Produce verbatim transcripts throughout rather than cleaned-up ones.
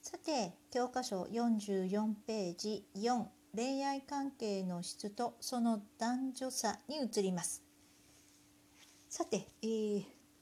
さて、教科書よんじゅうよんページよん、恋愛関係の質とその男女差に移ります。さて、えー、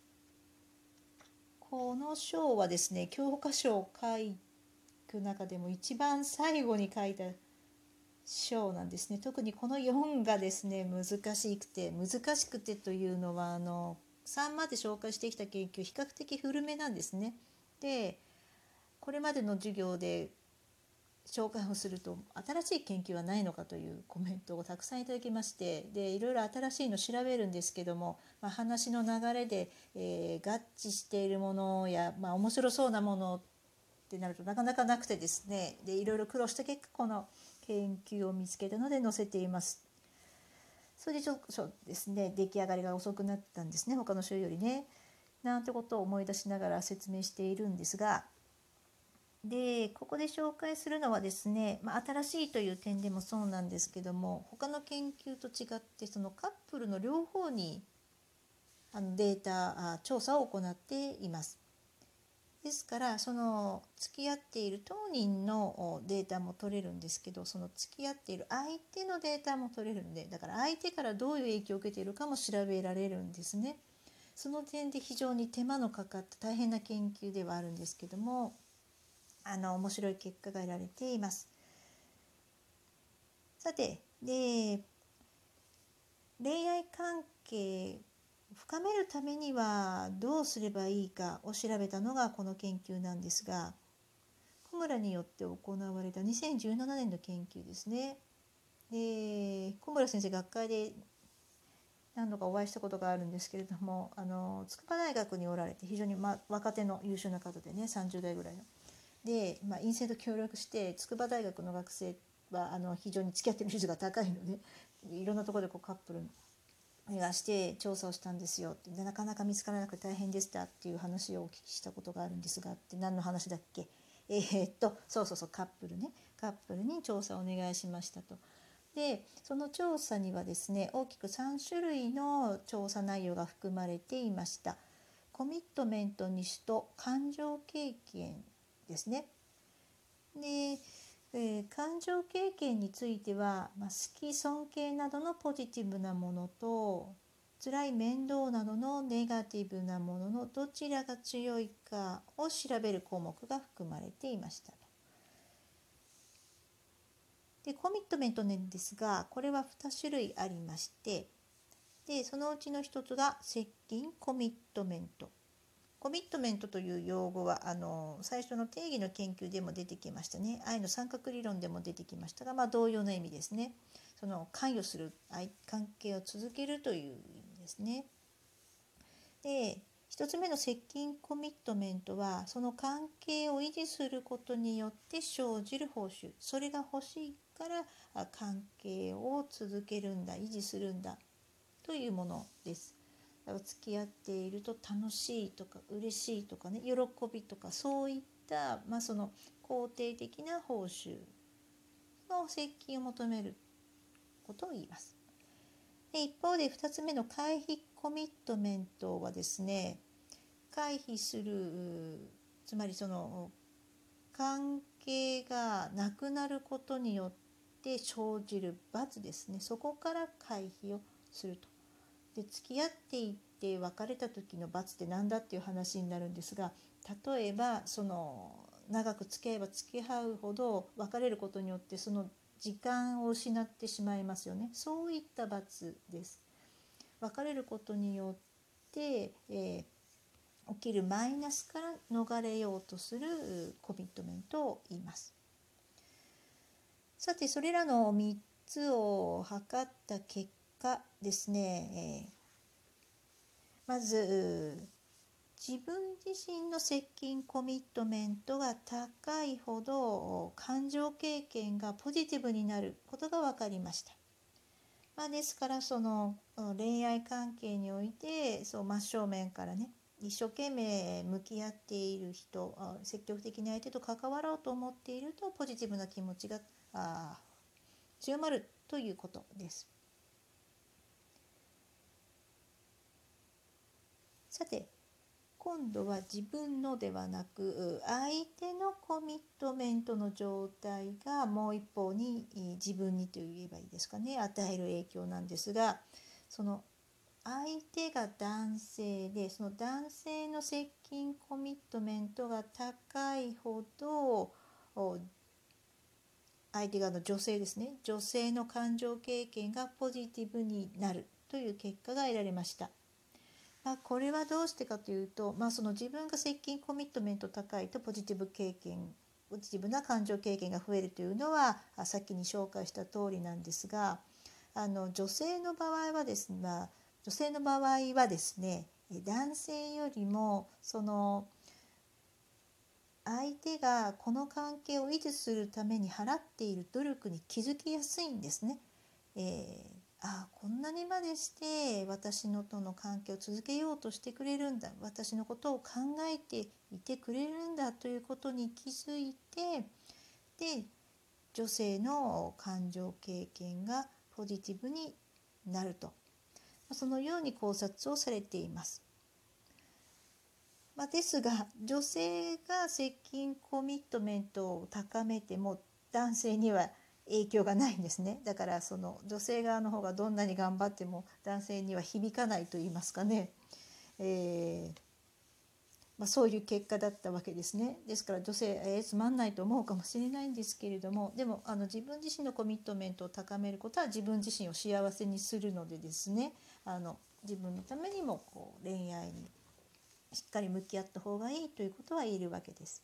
この章はですね、教科書を書く中でも一番最後に書いた章なんですね。特にこのよんがですね、難しくて、難しくてというのは、あの、さんまで紹介してきた研究、比較的古めなんですね。で、これまでの授業で紹介をすると新しい研究はないのかというコメントをたくさんいただきまして、でいろいろ新しいの調べるんですけども、まあ、話の流れで、えー合致しているものや、まあ、面白そうなものってなるとなかなかなくてですね、でいろいろ苦労した結果この研究を見つけたので載せています。それでちょっとですね、出来上がりが遅くなったんですね、他の週よりね。なんてことを思い出しながら説明しているんですが、でここで紹介するのはですね、まあ、新しいという点でもそうなんですけども、他の研究と違ってそのカップルの両方にあのデータ調査を行っています。ですからその付き合っている当人のデータも取れるんですけど、その付き合っている相手のデータも取れるんで、だから相手からどういう影響を受けているかも調べられるんですね。その点で非常に手間のかかった大変な研究ではあるんですけども、あの面白い結果が得られています。さて、で恋愛関係を深めるためにはどうすればいいかを調べたのがこの研究なんですが、小村によって行われたにせんじゅうななねんの研究ですね。で小村先生、学会で何度かお会いしたことがあるんですけれども、あの筑波大学におられて非常に、ま、若手の優秀な方でね、さんじゅう代ぐらいの。で、まあ、院生と協力して筑波大学の学生はあの非常に付き合ってる率が高いので、いろんなところでこうカップル目指して調査をしたんですよって、でなかなか見つからなくて大変でしたっていう話をお聞きしたことがあるんですが、って何の話だっけ、えー、っとそうそうそうカップルね、カップルに調査をお願いしましたと。でその調査にはですね、大きくさん種類の調査内容が含まれていました。コミットメントにしと感情経験ですね。で、えー感情経験については、まあ、好き尊敬などのポジティブなものと辛い面倒などのネガティブなもののどちらが強いかを調べる項目が含まれていました。でコミットメントなんですが、これはに種類ありまして、でそのうちの一つが接近コミットメント。コミットメントという用語はあの最初の定義の研究でも出てきましたね。愛の三角理論でも出てきましたが、まあ、同様の意味ですね。その関与する愛関係を続けるという意味ですね。で一つ目の接近コミットメントは、その関係を維持することによって生じる報酬、それが欲しいから関係を続けるんだ、維持するんだというものです。だから付き合っていると楽しいとか嬉しいとかね、喜びとかそういった、まあ、その肯定的な報酬の接近を求めることを言います。で一方でふたつめの回避コミットメントはですね、回避する、つまりその関係がなくなることによって生じる罰ですね、そこから回避をすると。で付き合っていって別れた時の罰って何だっていう話になるんですが、例えばその長く付き合えば付き合うほど別れることによってその時間を失ってしまいますよね。そういった罰です。別れることによって、えー、起きるマイナスから逃れようとするコミットメントを言います。さてそれらのみっつを測った結果ですね、えーまず自分自身の接近コミットメントが高いほど感情経験がポジティブになることが分かりました。まあ、ですからその恋愛関係においてそう真正面からね、一生懸命向き合っている人、積極的に相手と関わろうと思っているとポジティブな気持ちがあ強まるということです。さて今度は自分のではなく相手のコミットメントの状態がもう一方に自分にと言えばいいですかね、与える影響なんですが、その相手が男性でその男性の接近コミットメントが高いほど相手側の女性ですね、女性の感情経験がポジティブになるという結果が得られました。まあ、これはどうしてかというと、まあ、その自分が接近コミットメント高いとポジティブ経験ポジティブな感情経験が増えるというのは先に紹介した通りなんですが、あの女性の場合はですね、まあ、女性の場合はですね、男性よりもその相手がこの関係を維持するために払っている努力に気づきやすいんですね。えーああこんなにまでして私のとの関係を続けようとしてくれるんだ、私のことを考えていてくれるんだということに気づいて、で女性の感情経験がポジティブになると、そのように考察をされています。まあ、ですが女性が接近コミットメントを高めても男性には影響がないんですね。だからその女性側の方がどんなに頑張っても男性には響かないと言いますかね、えーまあ、そういう結果だったわけですね。ですから女性、えー、つまんないと思うかもしれないんですけれども、でもあの自分自身のコミットメントを高めることは自分自身を幸せにするのでですね、あの自分のためにもこう恋愛にしっかり向き合った方がいいということは言えるわけです。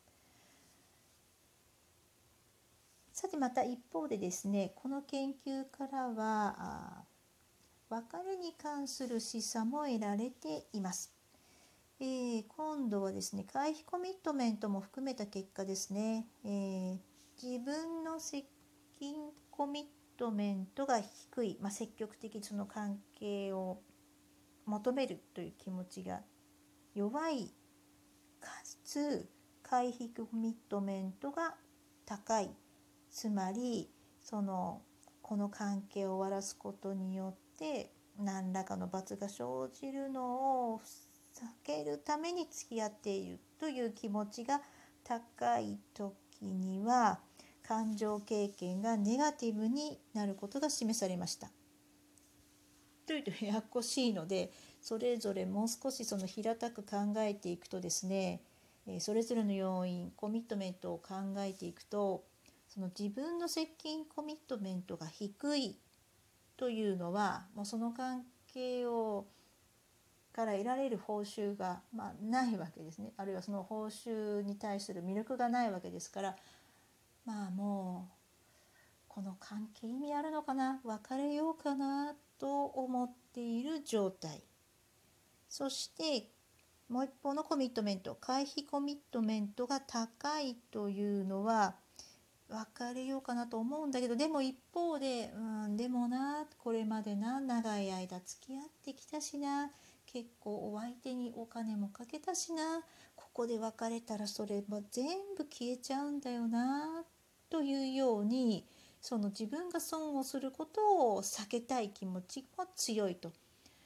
さてまた一方でですね、この研究からは別れに関する示唆も得られています。えー、今度はですね、回避コミットメントも含めた結果ですね、えー、自分の接近コミットメントが低い、まあ、積極的にその関係を求めるという気持ちが弱いかつ回避コミットメントが高い、つまりそのこの関係を終わらすことによって何らかの罰が生じるのを避けるために付き合っているという気持ちが高い時には感情経験がネガティブになることが示されました。というとややこしいので、それぞれもう少しその平たく考えていくとですね、それぞれの要因コミットメントを考えていくと、その自分の接近コミットメントが低いというのはもうその関係をから得られる報酬が、まあ、ないわけですね。あるいはその報酬に対する魅力がないわけですから、まあもうこの関係意味あるのかな、別れようかなと思っている状態。そしてもう一方のコミットメント、回避コミットメントが高いというのは別れようかなと思うんだけど、でも一方で、うん、でもな、これまでな、長い間付き合ってきたしな、結構お相手にお金もかけたしな、ここで別れたらそれも全部消えちゃうんだよな、というように、その自分が損をすることを避けたい気持ちも強いと。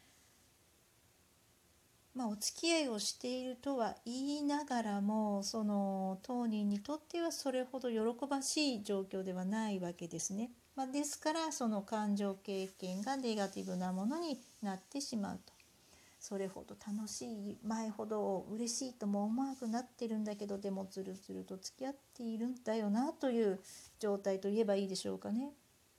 まあ、お付き合いをしているとは言いながらも、その当人にとってはそれほど喜ばしい状況ではないわけですね。まあ、ですからその感情経験がネガティブなものになってしまうと。それほど楽しい、前ほど嬉しいとも思わなくなってるんだけど、でもずるずると付き合っているんだよなという状態といえばいいでしょうかね。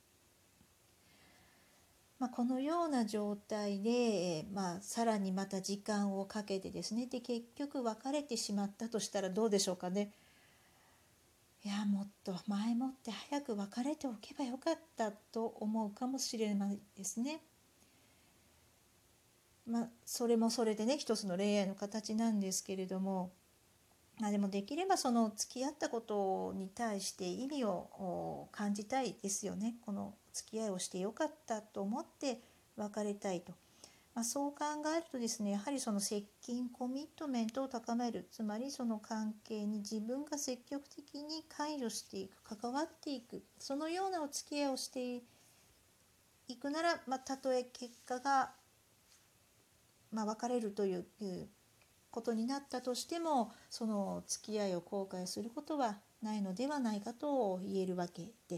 まあ、このような状態で、まあ、さらにまた時間をかけてですね、で結局別れてしまったとしたらどうでしょうかね。いやもっと前もって早く別れておけばよかったと思うかもしれないですね。まあそれもそれでね、一つの恋愛の形なんですけれども、まあ、でもできればその付き合ったことに対して意味を感じたいですよね。この付き合いをしてよかったと思って別れたいと、まあ、そう考えるとですね、やはりその接近コミットメントを高める、つまりその関係に自分が積極的に関与していく、関わっていく、そのようなお付き合いをしていくなら、まあ、たとえ結果が、まあ、別れるということになったとしても、その付き合いを後悔することはないのではないかと言えるわけです。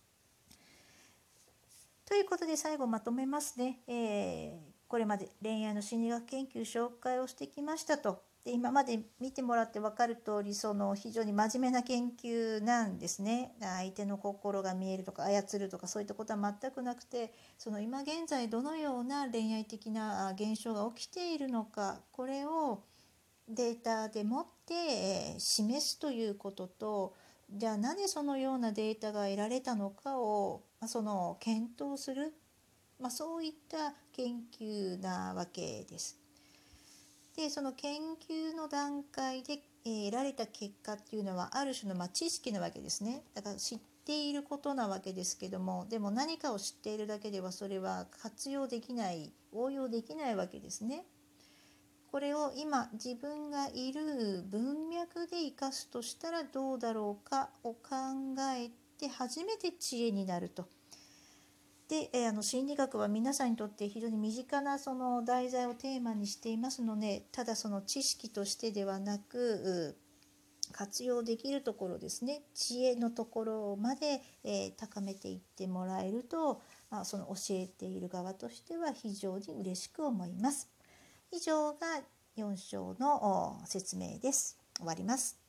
ということで最後まとめますね。えー、これまで恋愛の心理学研究紹介をしてきましたと。で今まで見てもらって分かる通り、その非常に真面目な研究なんですね。相手の心が見えるとか操るとかそういったことは全くなくて、その今現在どのような恋愛的な現象が起きているのか、これをデータでもって、えー示すということと、じゃあなぜそのようなデータが得られたのかを、まあ、その検討する、まあ、そういった研究なわけです。でその研究の段階で、えー得られた結果っていうのはある種の、まあ、知識なわけですね。だから知っていることなわけですけども、でも何かを知っているだけではそれは活用できない、応用できないわけですね。これを今自分がいる文脈で生かすとしたらどうだろうかを考えて初めて知恵になると。で、えーあの心理学は皆さんにとって非常に身近なその題材をテーマにしていますので、ただその知識としてではなく活用できるところですね、知恵のところまで、えー高めていってもらえると、まあ、その教えている側としては非常に嬉しく思います。以上がよん章の説明です。終わります。